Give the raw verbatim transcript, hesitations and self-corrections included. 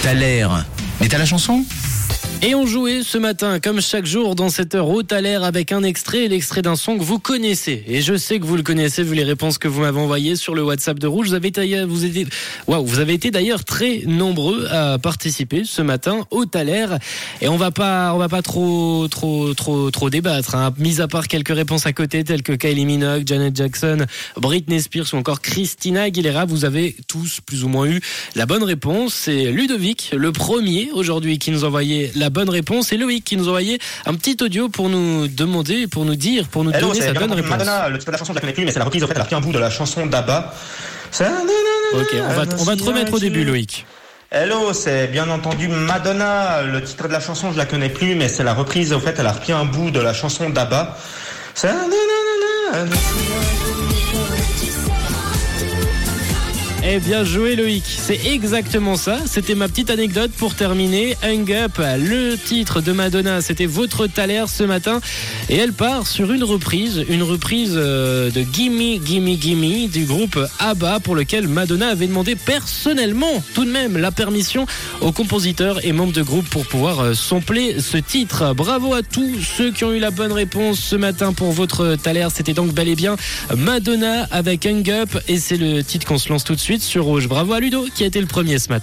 T'as l'air. Mais t'as la chanson ? Et on jouait ce matin, comme chaque jour, dans cette heure haute à l'air avec un extrait, l'extrait d'un son que vous connaissez. Et je sais que vous le connaissez vu les réponses que vous m'avez envoyées sur le WhatsApp de Rouge. Vous avez été, vous avez, waouh, vous avez été d'ailleurs très nombreux à participer ce matin, haute à l'air. Et on va pas, on va pas trop, trop, trop, trop débattre, hein. Mis à part quelques réponses à côté, telles que Kylie Minogue, Janet Jackson, Britney Spears ou encore Christina Aguilera, vous avez tous plus ou moins eu la bonne réponse. C'est Ludovic, le premier aujourd'hui, qui nous envoyait la bonne réponse, et Loïc qui nous envoyait un petit audio pour nous demander, pour nous dire, pour nous Hello, donner sa bonne réponse. Madonna, le titre de la chanson je la connais plus, mais c'est la reprise, en fait elle a pris un bout de la chanson d'Abba. C'est... Ok, on va, on va te remettre au début, Loïc. Hello, c'est bien entendu Madonna, le titre de la chanson je la connais plus, mais c'est la reprise, en fait elle a repris un bout de la chanson d'Abba. C'est... Eh bien joué Loïc, c'est exactement ça, c'était ma petite anecdote pour terminer. Hang Up, le titre de Madonna, c'était votre Thaler ce matin, et elle part sur une reprise, une reprise de Gimme Gimme Gimme du groupe ABBA, pour lequel Madonna avait demandé personnellement tout de même la permission aux compositeurs et membres de groupe pour pouvoir sampler ce titre. Bravo à tous ceux qui ont eu la bonne réponse ce matin pour votre Thaler, c'était donc bel et bien Madonna avec Hang Up, et c'est le titre qu'on se lance tout de suite sur Rouge. Bravo à Ludo qui a été le premier ce matin.